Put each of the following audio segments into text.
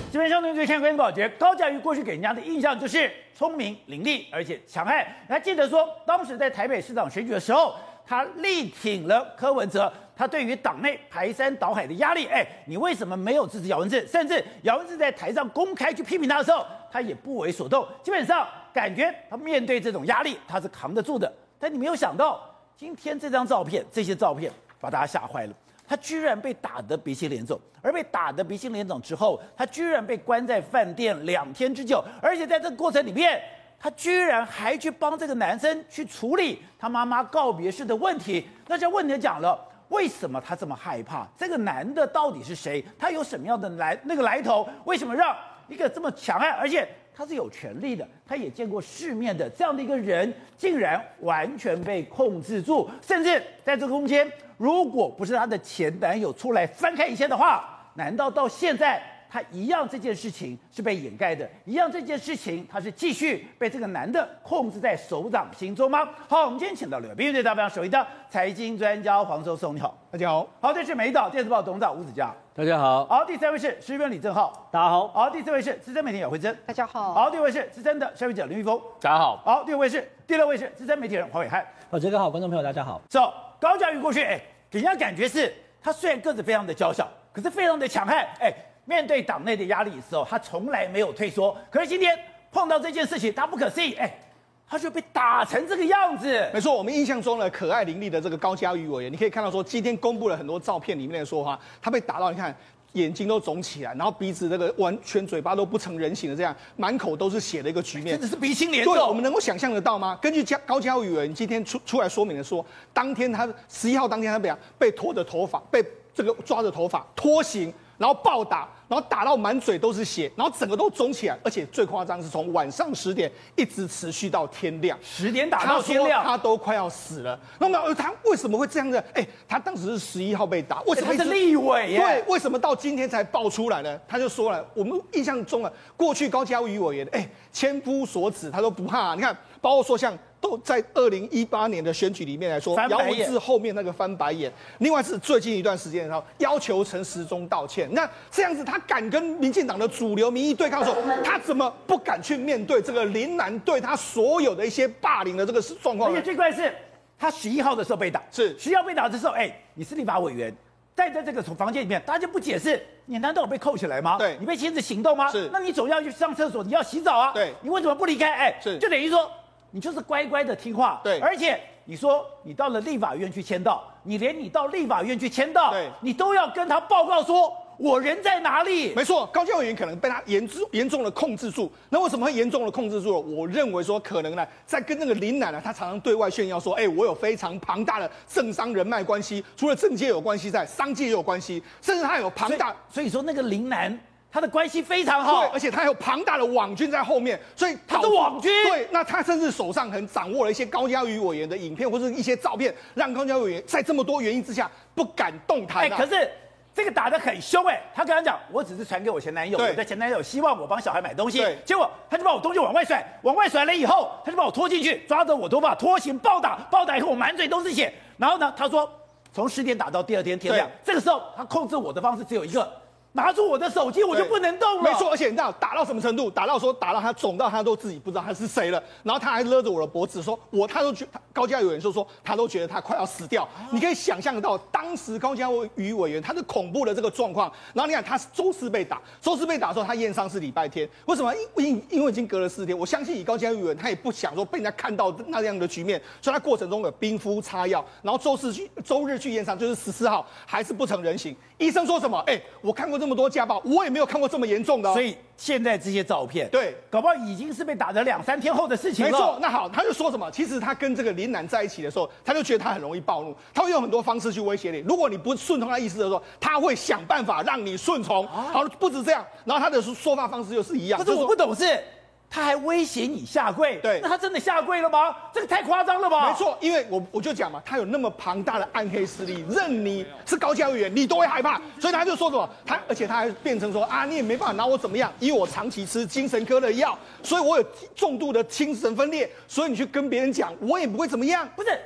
这边相对对看关键保洁，高嘉瑜过去给人家的印象就是聪明伶俐，而且强悍。你还记得说，当时在台北市长选举的时候，他力挺了柯文哲，他对于党内排山倒海的压力，你为什么没有支持姚文智？甚至姚文智在台上公开去批评他的时候，他也不为所动。基本上感觉他面对这种压力，他是扛得住的。但你没有想到，今天这张照片，这些照片把大家吓坏了。他居然被打得鼻青脸肿，而被打得鼻青脸肿之后，他居然被关在饭店2天之久，而且在这个过程里面，他居然还去帮这个男生去处理他妈妈告别式的问题。那这问题讲了，为什么他这么害怕？这个男的到底是谁？他有什么样的来头？为什么让一个这么强悍，而且他是有权力的，他也见过世面的这样的一个人，竟然完全被控制住，甚至在这个空间，如果不是他的前男友出来翻开一切的话，难道到现在他一样这件事情是被掩盖的，一样这件事情他是继续被这个男的控制在手掌心中吗？好，我们今天请到了边对大方首一的财经专家黄寿松，你好。 大家好。 好，这是美岛电子报董事长吴子嘉， 大家好。 好，第3位是时评李正浩， 大家好。 好，第4位是资深媒体姚慧珍， 大家好。 好，第5位是资深的消费者林玉峰， 大家好。 好，第6位是资深媒体人黄伟汉。 这个好，观众朋友大家好。 高嘉瑜过去，给人家感觉是他虽然个子非常的娇小，可是非常的强悍，面对党内的压力的时候，他从来没有退缩。可是今天碰到这件事情，他不可思议，他就被打成这个样子。 没错，我们印象中呢，可爱伶俐的这个高嘉瑜委员，你可以看到说，今天公布了很多照片里面的说话，他被打到，你看眼睛都肿起来，然后鼻子这个完全嘴巴都不成人形的这样，满口都是血的一个局面， 真的是鼻青脸肿。 对，我们能够想象得到吗？根据高嘉瑜委员今天出来说明的说，当天他11号当天他被拖着头发，被这个抓着头发拖行，然后暴打，然后打到满嘴都是血，然后整个都肿起来，而且最夸张是从晚上10点一直持续到天亮 ，10点打到天亮， 他都快要死了。那么他为什么会这样子？他当时是11号被打，为什么他是立委耶？ 对，为什么到今天才爆出来呢？他就说了，我们印象中过去高嘉瑜委员千夫所指，他都不怕。你看，包括说像都在2018年的选举里面来说，姚文智后面那个翻白眼，另外是最近一段时间的时候要求陈时中道歉。那这样子，他敢跟民进党的主流民意对抗的时候，他怎么不敢去面对这个林南对他所有的一些霸凌的这个状况？ 而且最怪是，他11号的时候被打， 是 11号被打的时候，你是立法委员，在这个房间里面，大家就不解释，你难道有被扣起来吗？ 对， 你被禁止行动吗？ 是， 那你总要去上厕所，你要洗澡啊， 对， 你为什么不离开？ 是， 就等于说。你就是乖乖的听话， 对， 而且你说你到了立法院去签到，你连你到立法院去签到， 对， 你都要跟他报告说我人在哪里。 没错，高嘉委员可能被他严重的控制住。那为什么会严重的控制住了？我认为说可能呢，在跟那个林南呢，他常常对外炫耀说，我有非常庞大的政商人脉关系，除了政界有关系在，商界也有关系，甚至他有庞大， 所以说那个林南。他的关系非常好， 对，而且他有庞大的网军在后面，所以他是网军。 对，那他甚至手上掌握了一些高嘉瑜委员的影片或者一些照片，让高嘉瑜委员在这么多原因之下不敢动弹。 可是这个打得很凶，他跟他讲，我只是传给我前男友，我的前男友希望我帮小孩买东西，结果他就把我东西往外甩了以后，他就把我拖进去，抓着我头发拖行暴打以后我满嘴都是血。然后呢，他说从10点打到第2天天亮，这个时候他控制我的方式只有一个。拿出我的手机，我就不能动了。 没错，而且你知道打到什么程度？打到他肿到他都自己不知道他是谁了。然后他还勒着我的脖子说，他都觉得高嘉瑜委员说他都觉得他快要死掉。你可以想象得到当时高嘉瑜委员他是恐怖的这个状况。然后你看他是周4被打的时候，他验伤是礼拜天。为什么？因为已经隔了4天。我相信以高嘉瑜委员他也不想说被人家看到那样的局面，所以他过程中有冰敷擦药，然后周日去验伤，就是14号还是不成人形。医生说什么？我看过这么多家暴，我也没有看过这么严重的。 所以现在这些照片， 对， 搞不好已经是被打了2、3天后的事情了。 没错，那好，他就说什么？其实他跟这个林南在一起的时候，他就觉得他很容易暴怒，他会用很多方式去威胁你。如果你不顺从他意思的时候，他会想办法让你顺从。好，不止这样，然后他的说法方式又是一样。 可是我不懂事。他还威胁你下跪， 对， 那他真的下跪了吗？这个太夸张了吧？ 没错，因为我就讲嘛，他有那么庞大的暗黑势力，任你是高嘉委员，你都会害怕，所以他就说什么，而且他还变成说你也没办法拿我怎么样，因为我长期吃精神科的药，所以我有重度的精神分裂，所以你去跟别人讲，我也不会怎么样。 不是，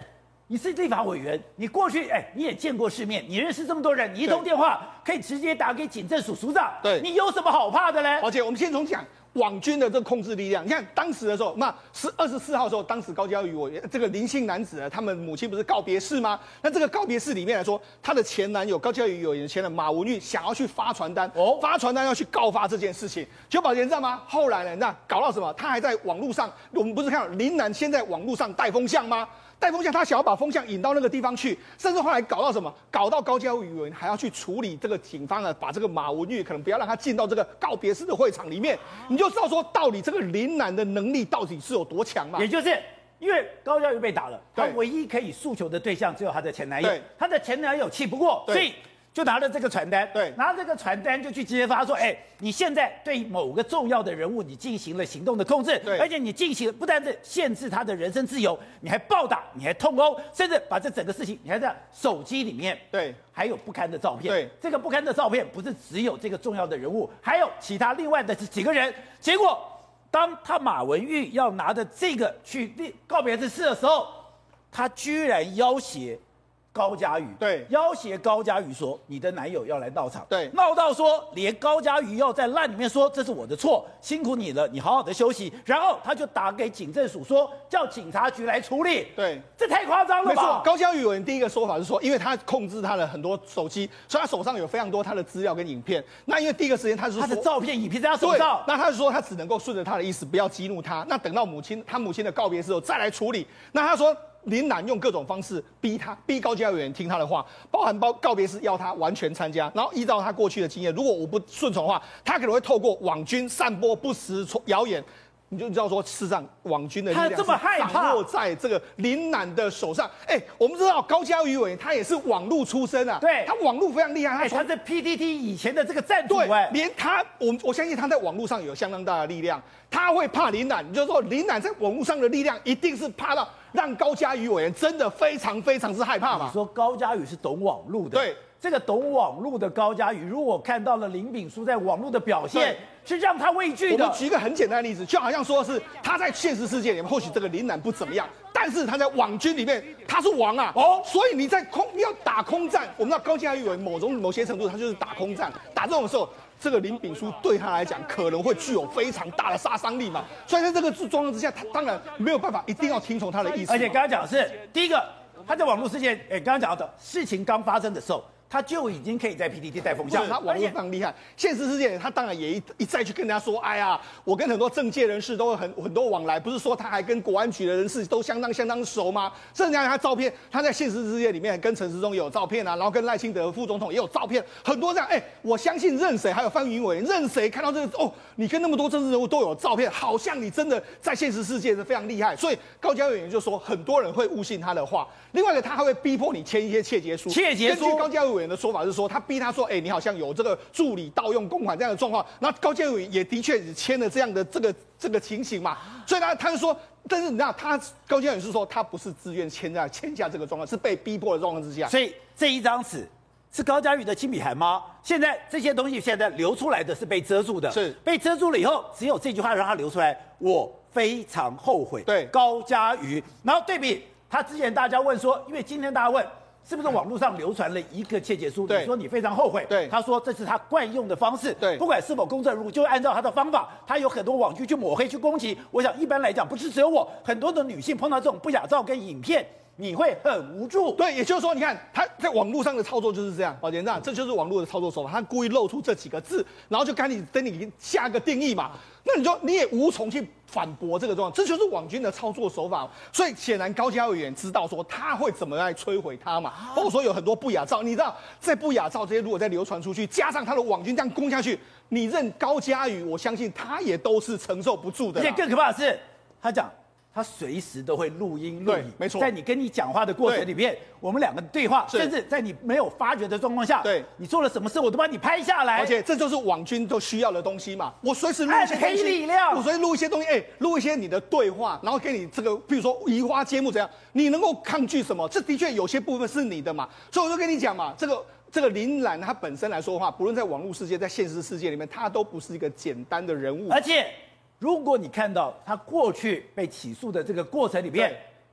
你是立法委员，你过去你也见过世面，你认识这么多人，你一通电话可以直接打给警政署署长， 对， 你有什么好怕的呢？ 而且我们先从讲网军的这个控制力量，你看当时的时候，那是24号的时候，当时高嘉瑜委员这个林姓男子呢，他们母亲不是告别式吗？那这个告别式里面来说，他的前男友高嘉瑜委员的前男友马文玉想要去发传单，发传单要去告发这件事情，结果宝杰你知道吗？后来呢，那搞到什么？他还在网络上，我们不是看到林南先在网络上带风向吗？带风向，他想要把风向引到那个地方去，甚至后来搞到什么？搞到高嘉瑜委员还要去处理这个警方呢，把这个马文玉可能不要让他进到这个告别式的会场里面，你就知道说到底这个林南的能力到底是有多强嘛？ 也就是因为高嘉瑜被打了，他唯一可以诉求的对象只有他的前男友，他的前男友气不过，所以就拿了这个传单，拿这个传单就去揭发说，你现在对某个重要的人物你进行了行动的控制，而且你进行了不但是限制他的人身自由，你还暴打，你还痛殴，甚至把这整个事情你还在手机里面，还有不堪的照片，这个不堪的照片不是只有这个重要的人物，还有其他另外的几个人，结果当他马文玉要拿着这个去告别式的时候，他居然要挟高嘉瑜，要挟高嘉瑜说你的男友要来闹场，闹到说连高嘉瑜要在烂里面说这是我的错，辛苦你了，你好好的休息，然后他就打给警政署说叫警察局来处理，这太夸张了吧？ 没错，高嘉瑜委员第一个说法是说，因为他控制他的很多手机，所以他手上有非常多他的资料跟影片。那因为第一个时间他是说他的照片、影片在他手上， 那他是说他只能够顺着他的意思，不要激怒他。那等到他母亲的告别之后再来处理。那他说。林南用各种方式逼高嘉瑜委员听他的话，包含告别式要他完全参加，然后依照他过去的经验，如果我不顺从的话，他可能会透过网军散播不实谣言。你就知道说，事实上网军的力量是掌握在这个林南的手上。我们知道高嘉瑜委员他也是网络出身啊，他网络非常厉害， 他是 PTT 以前的这个战主， 连他我相信他在网络上有相当大的力量，他会怕林南，你就说林南在网络上的力量一定是怕到让高嘉瑜委员真的非常非常之害怕嘛。 你说高嘉瑜是懂网络的，这个懂网络的高嘉瑜，如果看到了林炳书在网络的表现，是让他畏惧的。 我们举一个很简单的例子，就好像说是他在现实世界里面，或许这个林南不怎么样，但是他在网军里面他是王啊，所以你要打空战，我们知道高嘉瑜有某些程度他就是打空战，打这种时候。这个林炳书对他来讲可能会具有非常大的杀伤力嘛，所以在这个状况之下，他当然没有办法，一定要听从他的意思。 而且刚刚讲的是，第一个，他在网络世界，刚刚讲的事情刚发生的时候，他就已经可以在 PTT 带风向， 他网络非常厉害。现实世界他当然也一再去跟人家说，哎呀，我跟很多政界人士都有很多往来，不是说他还跟国安局的人士都相当熟吗？甚至他照片，他在现实世界里面跟陈时中也有照片啊，然后跟赖清德副总统也有照片，很多这样。我相信任谁还有范云伟，任谁看到这个你跟那么多政治人物都有照片，好像你真的在现实世界是非常厉害。所以高嘉瑜委员就说，很多人会误信他的话。另外一个，他还会逼迫你签一些切结书。根据高嘉瑜委员的说法是说，他逼他说，你好像有这个助理盗用公款这样的状况。那高嘉瑜委员也的确签了这样的这个情形嘛。所以他就说，但是你知道，高嘉瑜是说他不是自愿签下这个状况，是被逼迫的状况之下。 所以这一张纸是高嘉瑜的亲笔函吗？现在这些东西现在流出来的是被遮住的， 是被遮住了以后，只有这句话让他流出来，我非常后悔。高嘉瑜，然后对比。他之前大家问说，因为今天大家问是不是网络上流传了一个切结书，你说你非常后悔，他说这是他惯用的方式，不管是否公正，如果就按照他的方法，他有很多网剧去抹黑去攻击。我想一般来讲，不是只有我，很多的女性碰到这种不雅照跟影片，你会很无助。 也就是说，你看他在网络上的操作就是这样，宝杰这就是网络的操作手法，他故意露出这几个字，然后就跟你下个定义嘛。那你也无从去反驳这个状况，这就是网军的操作手法。所以显然高嘉委员知道说他会怎么来摧毁他嘛，包括说有很多不雅照，你知道在不雅照这些如果再流传出去，加上他的网军这样攻下去，你认高嘉瑜，我相信他也都是承受不住的。 而且更可怕的是，他讲。他随时都会录音录影， 没错， 在你跟你讲话的过程里面，我们两个对话，甚至在你没有发觉的状况下，你做了什么事，我都把你拍下来。 而且这就是网军都需要的东西嘛，我随时录一些黑力量， 我随时录一些东西，录一些你的对话，然后给你这个，比如说移花接木怎样，你能够抗拒什么？这的确有些部分是你的嘛，所以我就跟你讲嘛，这个林兰他本身来说的话，不论在网络世界，在现实世界里面，他都不是一个简单的人物， 而且。如果你看到他过去被起诉的这个过程里面，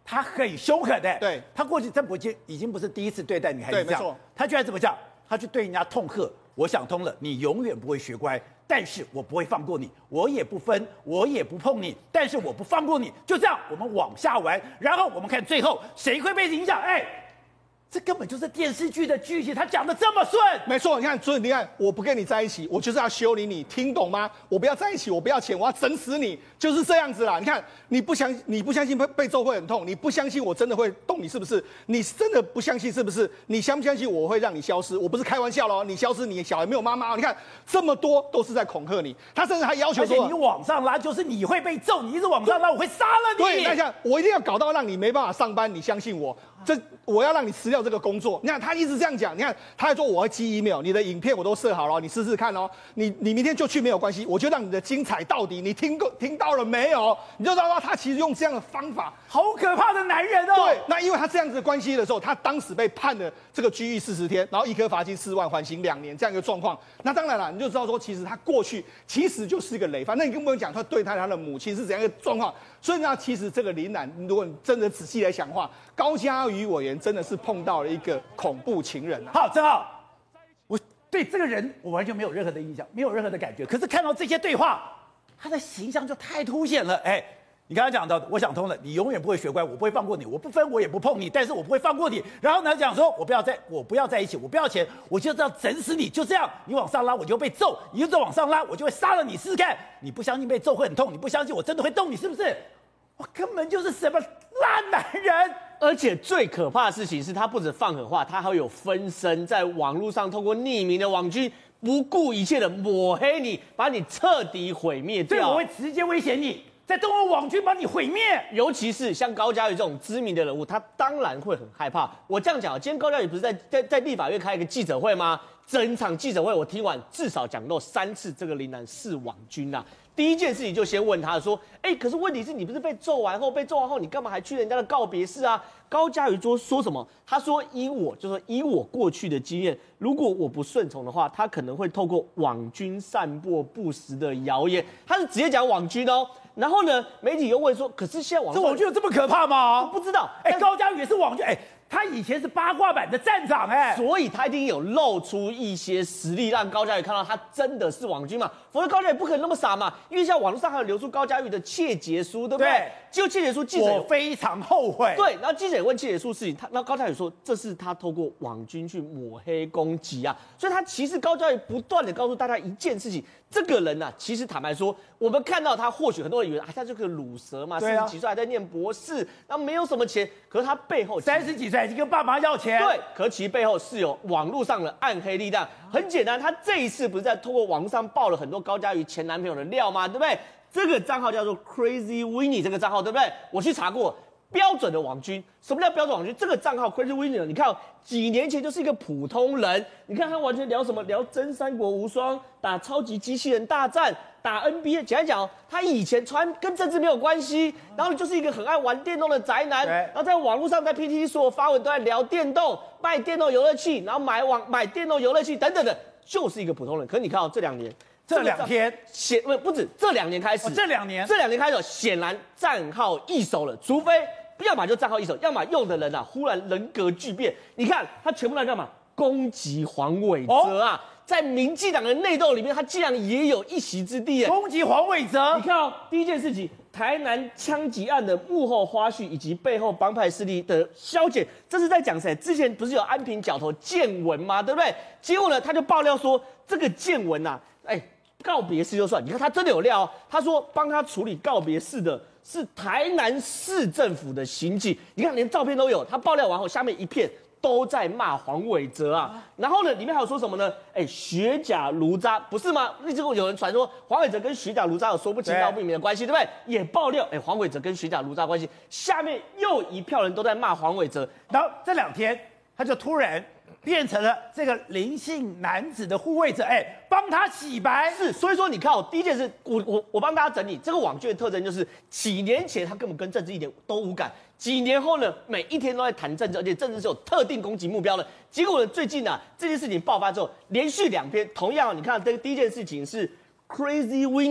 他很凶狠的。 对， 他过去在国际已经不是第一次对待女孩子这样， 对没错， 他居然怎么讲？他去对人家痛喝。我想通了，你永远不会学乖，但是我不会放过你，我也不分，我也不碰你，但是我不放过你，就这样，我们往下玩，然后我们看最后谁会被影响。这根本就是电视剧的剧情，他讲的这么顺。 没错，你看，所以你看，我不跟你在一起，我就是要修理你，听懂吗？我不要在一起，我不要钱，我要整死你，就是这样子啦。你看，你不相信被揍会很痛，你不相信我真的会动你，是不是？你真的不相信是不是？你相不相信我会让你消失？我不是开玩笑咯，你消失，你小孩没有妈妈。你看，这么多都是在恐吓你，他甚至还要求说， 而且你往上拉，就是你会被揍，你一直往上拉，我会杀了你。 对，那像我一定要搞到让你没办法上班，你相信我，我要让你辞掉这个工作。你看他一直这样讲，你看他还说我会寄 email， 你的影片我都设好了，你试试看哦。你明天就去没有关系，我就让你的精彩到底。你听到了没有？你就知道他其实用这样的方法， 好可怕的男人哦。 对，那因为他这样子的关系的时候，他当时被判了这个拘役40天，然后一颗罚金4万，缓刑2年这样一个状况。那当然了，你就知道说，其实他过去其实就是一个累犯。那你更不用讲他对待他的母亲是怎样一个状况。所以呢，其实这个林兰，如果你真的仔细来想的话，高嘉瑜委员真的是碰到了一个恐怖情人啊。 好，正好，我对这个人我完全没有任何的印象，没有任何的感觉。可是看到这些对话，他的形象就太凸显了。你刚才讲到，我想通了，你永远不会学乖，我不会放过你，我不分，我也不碰你，但是我不会放过你。然后呢，讲说我不要在一起，我不要钱，我就是要整死你，就这样，你往上拉我就被揍，你就往上拉我就会杀了你，试试看。你不相信被揍会很痛，你不相信我真的会动你，是不是？我根本就是什么烂男人。 而且最可怕的事情是他不止放狠话，他还有分身，在网络上透过匿名的网军，不顾一切的抹黑你，把你彻底毁灭掉。 对，我会直接威胁你，在动物网军把你毁灭。 尤其是像高嘉瑜这种知名的人物，他当然会很害怕。我这样讲，今天高嘉瑜不是在立法院开一个记者会吗？整场记者会我听完，至少讲到3次这个林兰是网军啊。第一件事情就先问他说，可是问题是你不是被揍完后，你干嘛还去人家的告别式啊？高嘉瑜说什么？他说以我过去的经验，如果我不顺从的话，他可能会透过网军散播不实的谣言。他是直接讲网军哦。然后呢，媒体又问说，可是现在这网军有这么可怕吗？ 我不知道。 高嘉瑜也是网军，他以前是八卦版的站长， 所以他一定有露出一些实力，让高嘉瑜看到他真的是网军嘛，否则高嘉瑜不可能那么傻嘛。因为像网络上还有流出高嘉瑜的窃结书，对不对？就窃结书，记者我非常后悔。 对，然后记者也问窃结书事情，那高嘉瑜说这是他透过网军去抹黑攻击啊，所以他其实高嘉瑜不断的告诉大家一件事情，这个人啊，其实坦白说，我们看到他，或许很多人以为他就是个鲁蛇嘛，40几岁还在念博士，然后没有什么钱，可是他背后 30几岁已经跟爸妈要钱。 对，可其背后是有网络上的暗黑力量。很简单，他这一次不是在透过网络上爆了很多高嘉瑜前男朋友的料吗？对不对？这个账号叫做 Crazy Winnie， 这个账号对不对？我去查过，标准的网军。什么叫标准网军？这个账号 Crazy Winnie， 你看几年前就是一个普通人，你看他完全聊什么？聊真三国无双，打超级机器人大战，打 NBA。简单讲，他以前跟政治没有关系，然后就是一个很爱玩电动的宅男，然后在网络上在 PTT 所有发文都在聊电动，卖电动游乐器，然后买电动游乐器等等的，就是一个普通人。可是你看这2年。 这2天不止这2年开始， 这2年开始，显然账号易手了，除非要么就账号易手，要么用的人啊忽然人格巨变。你看他全部来干嘛？攻击黄伟哲啊！在民进党的内斗里面，他竟然也有一席之地。 攻击黄伟哲， 你看第一件事情，台南枪击案的幕后花絮以及背后帮派势力的消解，这是在讲谁？之前不是有安平角头建文吗？对不对？结果呢，他就爆料说这个建文啊，告别式就算，你看他真的有料哦。他说帮他处理告别式的是台南市政府的刑警，你看连照片都有。他爆料完后，下面一片都在骂黄伟哲啊。然后呢，里面还有说什么呢？血甲炉渣不是吗？一直有人传说黄伟哲跟血甲炉渣有说不清道不明的关系，对不对？也爆料，黄伟哲跟血甲炉渣关系。下面又一票人都在骂黄伟哲。 然后这2天他就突然变成了这个林姓男子的护卫者，帮他洗白。 是，所以说你看第一件事，我帮大家整理这个网军的特征，就是几年前他根本跟政治一点都无感，几年后呢，每一天都在谈政治，而且政治是有特定攻击目标的。结果呢，最近啊这件事情爆发之后，连续2篇，同样你看第一件事情是 Crazy Winnie。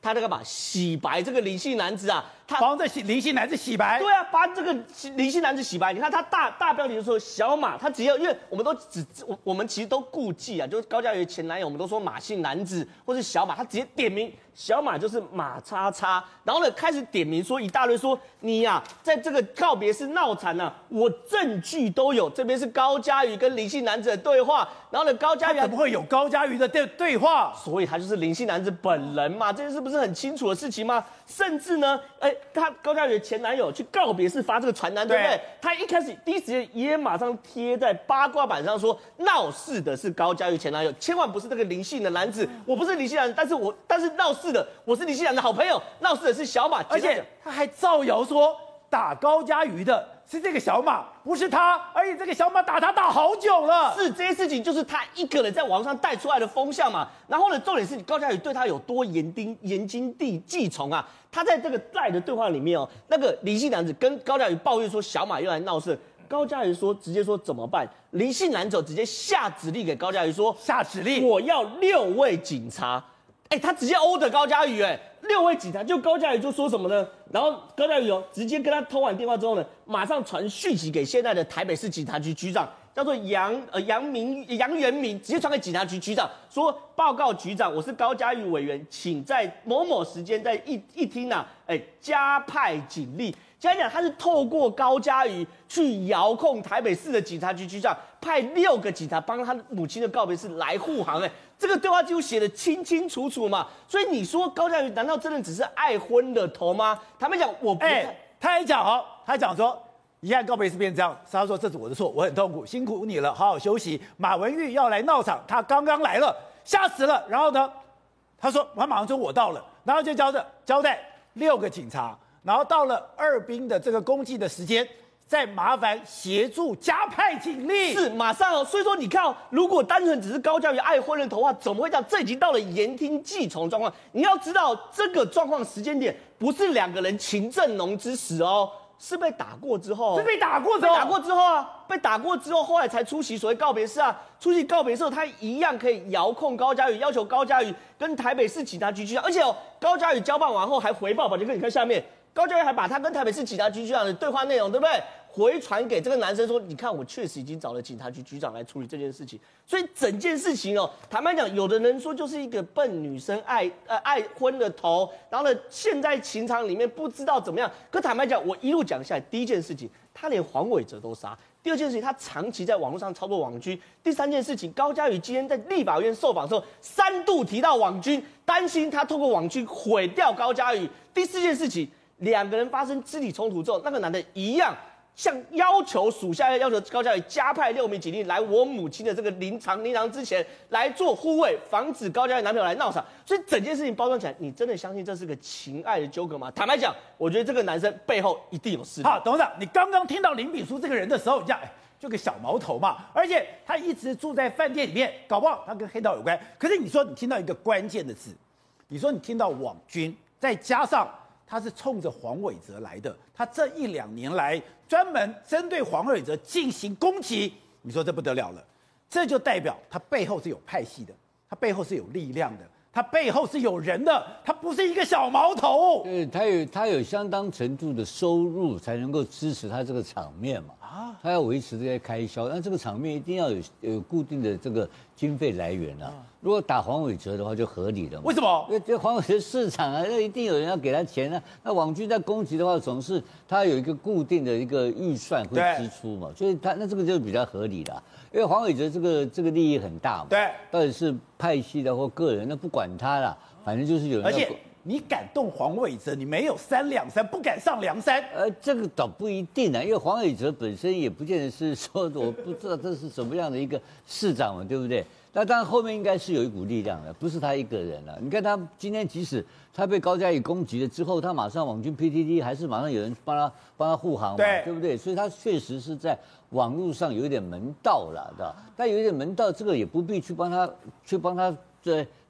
他在干嘛？洗白这个林姓男子啊，他帮这林姓男子洗白。 对啊，把这个林姓男子洗白。你看他大标题就说小马，他只要因为我们都我们其实都顾忌啊，就是高嘉瑜前男友，我们都说马姓男子或是小马，他直接点名小马就是马叉叉，然后呢开始点名说一大堆说你呀、在这个告别式闹惨啊，我证据都有，这边是高嘉瑜跟林姓男子的对话，然后呢高嘉瑜怎么会有高嘉瑜的对话？ 所以他就是林姓男子本人嘛，这件事不是很清楚的事情吗？甚至呢，他高嘉瑜的前男友去告别式发这个传单，对不对？他一开始第一时间也马上贴在八卦板上说，闹事的是高嘉瑜前男友，千万不是这个林姓的男子，我不是林姓男子，但是闹事的我是林姓男的好朋友，闹事的是小马， 而且他还造谣说打高嘉瑜的是这个小马，不是他，而且这个小马打他打好久了。 是这些事情就是他一个人在网上带出来的风向嘛。然后呢，重点是高嘉瑜对他有多言听计从啊。他在这个赖的对话里面哦，那个林姓男子跟高嘉瑜抱怨说小马又来闹事，高嘉瑜直接说怎么办？林姓男子直接下指令给高嘉瑜说， 下指令我要6位警察。他直接order高嘉瑜，6位警察，就高嘉瑜就说什么呢？然后高嘉瑜直接跟他通完电话之后呢，马上传讯息给现在的台北市警察局局长，叫做杨元明，直接传给警察局局长说，报告局长，我是高嘉瑜委员，请在某某时间在一厅啊，加派警力。简单讲，他是透过高嘉瑜去遥控台北市的警察局局长，派6个警察帮他母亲的告别式来护航。这个对话记录写得清清楚楚嘛。所以你说高嘉瑜难道真的只是爱昏了头吗？他们讲我不看， 他还讲说，一看告别式变这样，他说这是我的错，我很痛苦，辛苦你了，好好休息。马文玉要来闹场，他刚刚来了，吓死了。然后呢，他说他马上说我到了，然后就交代6个警察。然后到了二兵的这个公祭的时间，再麻烦协助加派警力， 是马上哦。所以说你看如果单纯只是高嘉瑜爱昏人头的话，怎么会这样？这已经到了言听计从状况。你要知道这个状况时间点不是2个人情正浓之时哦，是被打过之后， 被打过之后， 后来才出席所谓告别式啊。出席告别式，他一样可以遥控高嘉瑜，要求高嘉瑜跟台北市警察局局长，而且高嘉瑜交办完后还回报，宝杰哥，你看下面。高嘉瑜还把他跟台北市警察局局长的对话内容，对不对？回传给这个男生说：“你看，我确实已经找了警察局局长来处理这件事情。”所以整件事情坦白讲，有的人说就是一个笨女生爱昏了头，然后呢，陷在情场里面不知道怎么样。可坦白讲，我一路讲下来，第一件事情，他连黄伟哲都杀；第二件事情，他长期在网络上操作网军；第三件事情，高嘉瑜今天在立法院受访的时候3度提到网军，担心他透过网军毁掉高嘉瑜；第四件事情。2个人发生肢体冲突之后，那个男的一样像要求属下要求高嘉瑜加派6名警力来我母亲的这个灵堂之前来做护卫，防止高嘉瑜男朋友来闹场。所以整件事情包装起来，你真的相信这是个情爱的纠葛吗？坦白讲，我觉得这个男生背后一定有势力。 好，董事长，你刚刚听到林炳书这个人的时候，你讲就个小毛头嘛，而且他一直住在饭店里面，搞不好他跟黑道有关。可是你说你听到一个关键的字，你说你听到网军，再加上。他是冲着黄伟哲来的，他这1、2年来专门针对黄伟哲进行攻击，你说这不得了了，这就代表他背后是有派系的，他背后是有力量的，他背后是有人的，他不是一个小毛头。 对，他有相当程度的收入才能够支持他这个场面嘛。他要维持这些开销，那这个场面一定要有固定的这个经费来源啊。如果打黄伟哲的话，就合理了嘛。 为什么？ 因为这黄伟哲市场啊，那一定有人要给他钱啊。那网军在攻击的话，总是他有一个固定的一个预算会支出嘛，所以那这个就比较合理了。因为黄伟哲这个利益很大嘛， 对， 到底是派系的或个人，那不管他啦，反正就是有人要。 而且你敢动黄伟哲，你没有3两3，不敢上梁山。 这个倒不一定啊，因为黄伟哲本身也不见得是说我不知道这是什么样的一个市长嘛，对不对？那当然后面应该是有一股力量的，不是他一个人了。你看他今天即使他被高嘉瑜攻击了之后，他马上网军 PTT 还是马上有人帮他护航嘛，对不对？所以他确实是在网络上有一点门道了，对吧？但有一点门道，这个也不必去帮他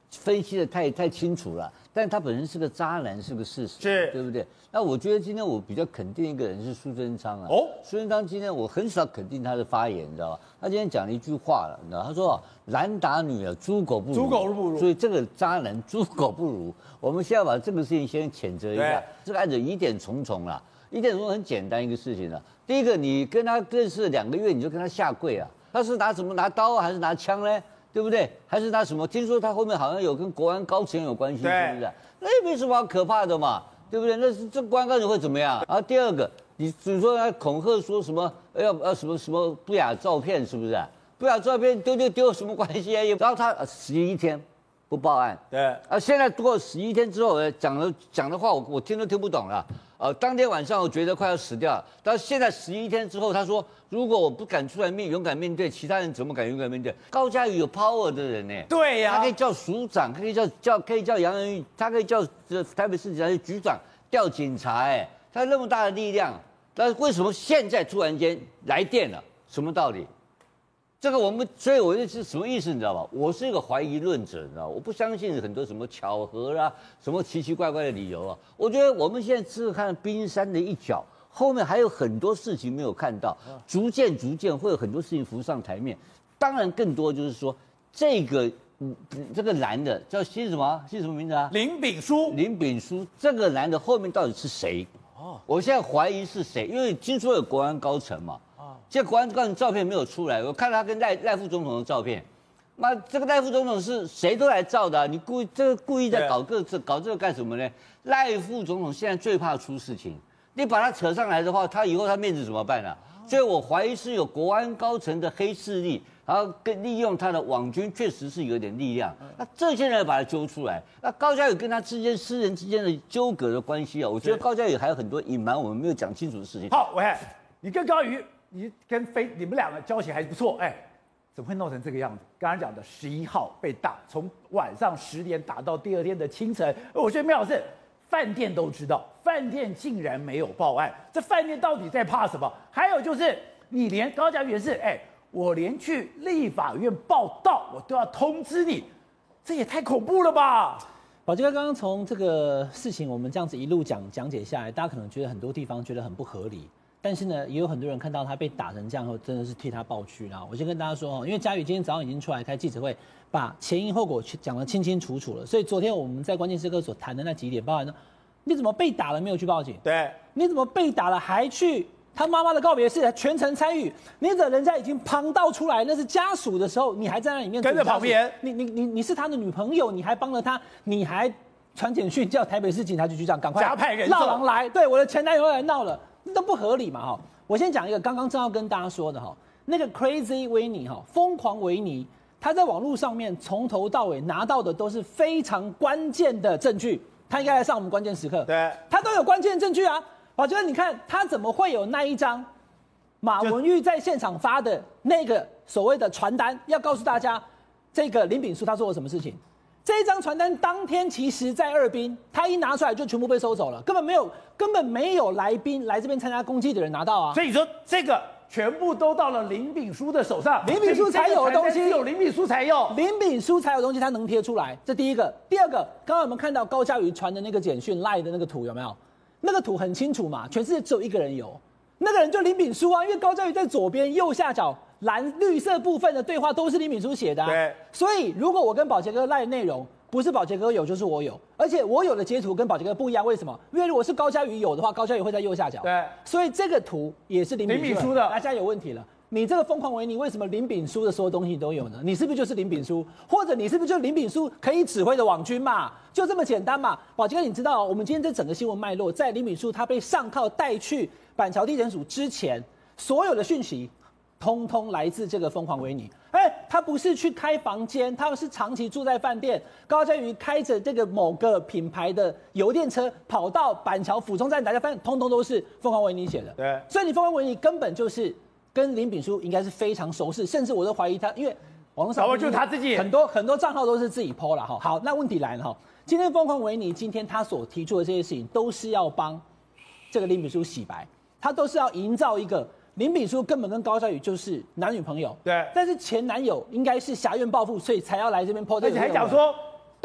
分析的太清楚了，但他本身是个渣男，是个事实， 是对不对？那我觉得今天我比较肯定一个人是苏贞昌啊。苏贞昌今天我很少肯定他的发言，你知道吧？他今天讲了一句话了，你知道？他说男打女啊，猪狗不如。 猪狗不如。 所以这个渣男猪狗不如，我们现在把这个事情先谴责一下。这个案子疑点重重啦，疑点重重很简单一个事情啊。第一个，你跟他认识2个月你就跟他下跪啊？他是拿什么？拿刀还是拿枪呢？对不对？还是拿什么？听说他后面好像有跟国安高层有关系，是不是？那也没什么好可怕的嘛，对不对？那是这国安高层会怎么样？然后第二个，你说他恐吓说什么要什么不雅照片，是不是？不雅照片丢有什么关系啊？然后他11天不报案， 对现在过11天之后讲的话我听都听不懂了。当天晚上我觉得快要死掉了，但现在11天之后，他说如果我不敢出来勇敢面对，其他人怎么敢勇敢面对？高嘉瑜有 power 的人呢， 对呀， 他可以叫署长，可以叫杨仁玉，他可以叫台北市警察局局长调警察，他那么大的力量，但是为什么现在突然间来电了？什么道理？这个所以我是什么意思，你知道吧？我是一个怀疑论者，你知道，我不相信很多什么巧合啦，什么奇奇怪怪的理由啊。我觉得我们现在只是看冰山的一角，后面还有很多事情没有看到，逐渐会有很多事情浮上台面。当然，更多就是说这个男的叫姓什么名字啊？ 林炳书， 这个男的后面到底是谁？我现在怀疑是谁，因为听说有国安高层嘛。现在国安高层照片没有出来，我看他跟赖副总统的照片，那这个赖副总统是谁都来照的，你故意在搞这个干什么呢？赖副总统现在最怕出事情，你把他扯上来的话，他以后他面子怎么办啊？所以我怀疑是有国安高层的黑势力，然后利用他的网军，确实是有点力量。那这些人把他揪出来，那高嘉瑜跟他私人之间的纠葛的关系啊，我觉得高嘉瑜还有很多隐瞒我们没有讲清楚的事情。 好，喂，你跟高瑜。你跟你们2个交情还不错，怎么会弄成这个样子？刚刚讲的11号被打，从晚上10点打到第2天的清晨。我觉得妙的是，饭店都知道，饭店竟然没有报案，这饭店到底在怕什么？还有就是，你连高嘉瑜是，我连去立法院报到，我都要通知你，这也太恐怖了吧！ 宝杰哥刚刚从这个事情我们这样子一路讲解下来，大家可能觉得很多地方觉得很不合理。但是呢，也有很多人看到他被打成这样后，真的是替他抱屈啦。我先跟大家说，因为嘉瑜今天早上已经出来开记者会，把前因后果讲得清清楚楚了。所以昨天我们在关键时刻所谈的那几点，包含呢，你怎么被打了没有去报警？ 对， 你怎么被打了还去他妈妈的告别式全程参与？你等人家已经旁道出来，那是家属的时候，你还在那里面跟着旁边？ 你是他的女朋友，你还帮了他，你还传简讯叫台北市警察局局长赶快加派人闹狼来，对，我的前男友来闹了。都不合理嘛哈！我先讲一个刚刚正要跟大家说的哈，那个 Crazy 维尼哈，疯狂维尼，他在网络上面从头到尾拿到的都是非常关键的证据，他应该来上我们关键时刻， 对， 他都有关键证据啊！我觉得你看他怎么会有那一张马文玉在现场发的那个所谓的传单，要告诉大家这个林炳书他做了什么事情？这一张传单当天其实在2滨，他一拿出来就全部被收走了，根本没有来宾来这边参加公祭的人拿到啊。 所以说这个全部都到了林炳书的手上， 林炳书才有的东西， 有林炳书才有， 林炳书才有东西，他能贴出来。这第一个，第二个，刚刚我们看到高嘉瑜传的那个简讯赖的那个图有没有？那个图很清楚嘛，全世界只有一个人有，那个人就林炳书啊，因为高嘉瑜在左边右下角。绿色部分的对话都是林炳书写的， 对， 所以如果我跟宝杰哥赖内容不是宝杰哥有就是我有，而且我有的截图跟宝杰哥不一样，为什么？因为如果是高嘉瑜有的话，高嘉瑜会在右下角， 对， 所以这个图也是林炳书的，大家有问题了。你这个疯狂维尼为什么林炳书的所有东西都有呢？你是不是就是林炳书，或者你是不是就是林炳书可以指挥的网军嘛？就这么简单嘛？宝杰哥，你知道我们今天这整个新闻脉络，在林炳书他被上铐带去板桥地检署之前，所有的讯息。通通来自这个疯狂维尼，他不是去开房间，他是长期住在饭店。高嘉瑜开着这个某个品牌的油电车，跑到板桥府中站，大家发现通通都是疯狂维尼写的。 对， 所以你疯狂维尼根本就是跟林炳书应该是非常熟识，甚至我都怀疑他，因为网络上就他自己很多账号都是自己 po 了哈。好，那问题来了哈，今天疯狂维尼今天他所提出的这些事情，都是要帮这个林炳书洗白，他都是要营造一个。林炳书根本跟高嘉瑜就是男女朋友， 对， 但是前男友应该是挟怨报复，所以才要来这边 po 这个。 而且还讲说，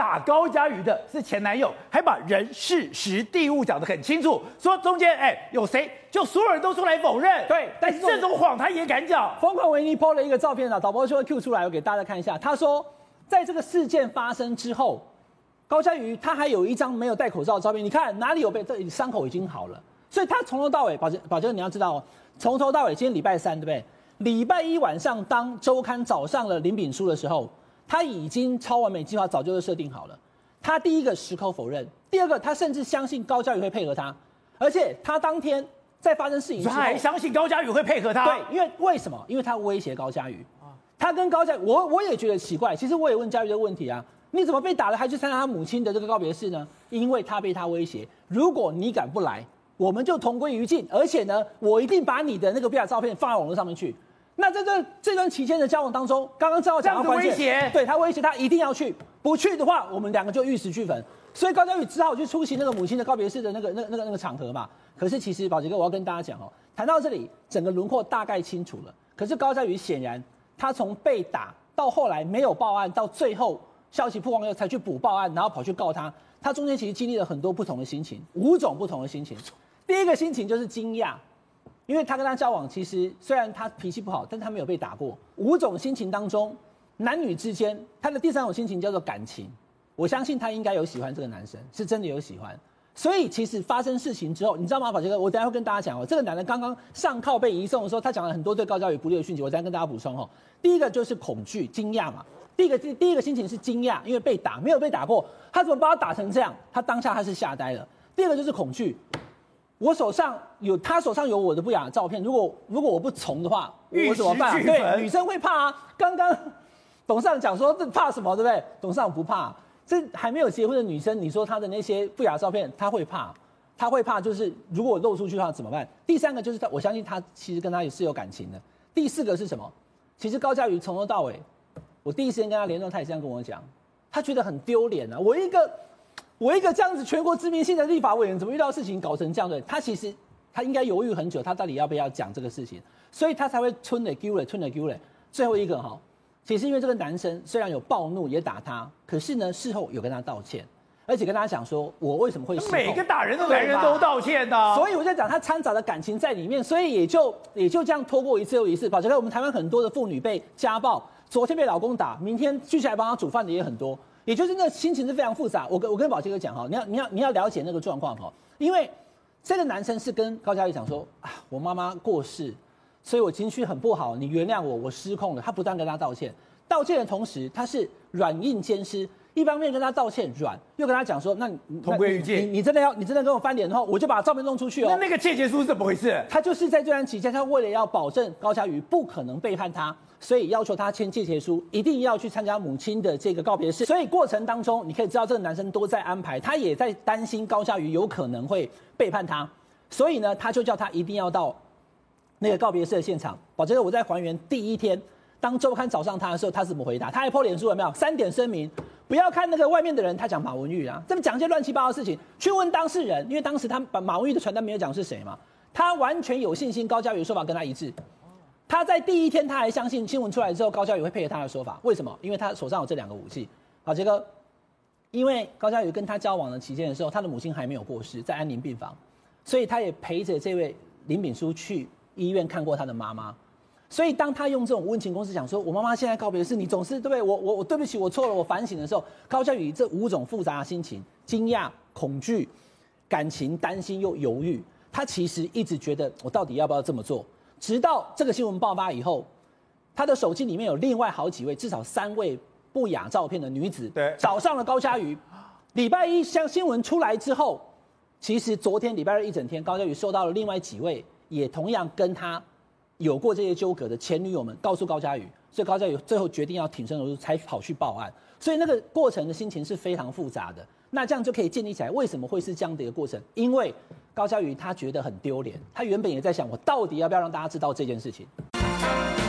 打高嘉瑜的是前男友，还把人事时地物讲得很清楚，说中间有谁，就所有人都出来否认。 对，但是这种谎他也敢讲。 疯狂维尼 po 了一个照片啊，导播就会 Q 出来，我给大家看一下。他说，在这个事件发生之后，高嘉瑜他还有一张没有戴口罩的照片，你看哪里有被？这伤口已经好了，所以他从头到尾，宝杰你要知道哦，从头到尾，今天礼拜三对不对？礼拜一晚上当周刊找上了林秉书的时候，他已经超完美计划早就设定好了。他第一个矢口否认，第二个他甚至相信高嘉瑜会配合他，而且他当天在发生事情之后， 他还相信高嘉瑜会配合他。 对，因为什么？因为他威胁高嘉瑜。他跟高嘉瑜，我也觉得奇怪。其实我也问嘉瑜这个问题啊，你怎么被打了还去参加他母亲的这个告别式呢？因为他被他威胁，如果你敢不来，我们就同归于尽。而且呢，我一定把你的那个不雅照片放在网络上面去。那在这段期间的交往当中，刚刚正好讲到关键， 威胁， 对他威胁他一定要去，不去的话，我们两个就玉石俱焚。所以高嘉瑜只好去出席那个母亲的告别式的那个场合嘛。可是其实宝杰哥，我要跟大家讲哦，谈到这里，整个轮廓大概清楚了。可是高嘉瑜显然，他从被打到后来没有报案，到最后消息曝光后才去补报案，然后跑去告他，他中间其实经历了很多不同的心情，5种不同的心情。第一个心情就是惊讶。因为他跟他交往，其实虽然他脾气不好，但是他没有被打过。5种心情当中，男女之间，他的第3种心情叫做感情。我相信他应该有喜欢这个男生，是真的有喜欢。所以其实发生事情之后，你知道吗，宝杰哥？我等一下会跟大家讲哦。这个男人刚刚上铐被移送的时候，他讲了很多对高嘉瑜不利的讯息，我等一下跟大家补充哦。第一个就是恐惧、惊讶嘛。第一个心情是惊讶，因为被打，没有被打过，他怎么把他打成这样？他当下他是吓呆了。第二个就是恐惧。他手上有我的不雅的照片，如果我不从的话，我怎么办？对，女生会怕啊。刚刚董事长讲说这怕什么，对不对？董事长不怕，这还没有结婚的女生，你说她的那些不雅照片，她会怕，就是如果我露出去的话怎么办？第3个就是我相信她其实跟他也是有感情的。第4个是什么？其实高嘉瑜从头到尾，我第一时间跟他联络，他也这样跟我讲，他觉得很丢脸啊，我一个这样子全国知名性的立法委员，怎么遇到事情搞成这样的？他其实他应该犹豫很久，他到底要不要讲这个事情，所以他才会吞了丢了。最后一个哈，其实因为这个男生虽然有暴怒也打他，可是呢事后有跟他道歉，而且跟他讲说我为什么会失控。 每个打人的男人都道歉的， 所以我在讲他掺杂的感情在里面，所以也就这样拖过一次又一次。宝杰哥，我们台湾很多的妇女被家暴，昨天被老公打，明天继续来帮他煮饭的也很多。也就是那心情是非常复杂。我跟宝杰哥讲哈，你要了解那个状况哈，因为这个男生是跟高嘉瑜讲说啊，我妈妈过世，所以我情绪很不好，你原谅我，我失控了。他不断跟他道歉的同时，他是软硬兼施，一方面跟他道歉软，又跟他讲说，那同归于尽。 你真的跟我翻脸的话，我就把照片弄出去哦。 那个切结书是怎么回事？ 他就是在这段期间，他为了要保证高嘉瑜不可能背叛他，所以要求他签切结书，一定要去参加母亲的这个告别式。所以过程当中，你可以知道这个男生都在安排，他也在担心高嘉瑜有可能会背叛他，所以呢，他就叫他一定要到那个告别式的现场。宝杰哥，我在还原第1天，当周刊找上他的时候，他怎么回答？他还 po 脸书有没有？3点声明，不要看那个外面的人，他讲马文玉啊，这么讲一些乱七八糟的事情，去问当事人，因为当时他把马文玉的传单没有讲是谁嘛，他完全有信心高嘉瑜的说法跟他一致。他在第1天他还相信新闻出来之后，高嘉瑜会配合他的说法，为什么？因为他手上有这2个武器。好，杰哥，因为高嘉瑜跟他交往的期间的时候，他的母亲还没有过世，在安宁病房，所以他也陪着这位林秉书去医院看过他的妈妈。所以当他用这种温情攻势讲说，我妈妈现在告别式，你总是对不对？我对不起，我错了，我反省的时候，高嘉瑜这5种复杂的心情，惊讶、恐惧、感情、担心又犹豫，他其实一直觉得我到底要不要这么做？直到这个新闻爆发以后，他的手机里面有另外好几位，至少3位不雅照片的女子，找上了高嘉瑜。礼拜一新闻出来之后，其实昨天礼拜2一整天，高嘉瑜收到了另外几位也同样跟他有过这些纠葛的前女友们告诉高嘉瑜，所以高嘉瑜最后决定要挺身而出，才跑去报案。所以那个过程的心情是非常复杂的。那这样就可以建立起来，为什么会是这样的一个过程？因为高嘉瑜他觉得很丢脸，他原本也在想，我到底要不要让大家知道这件事情。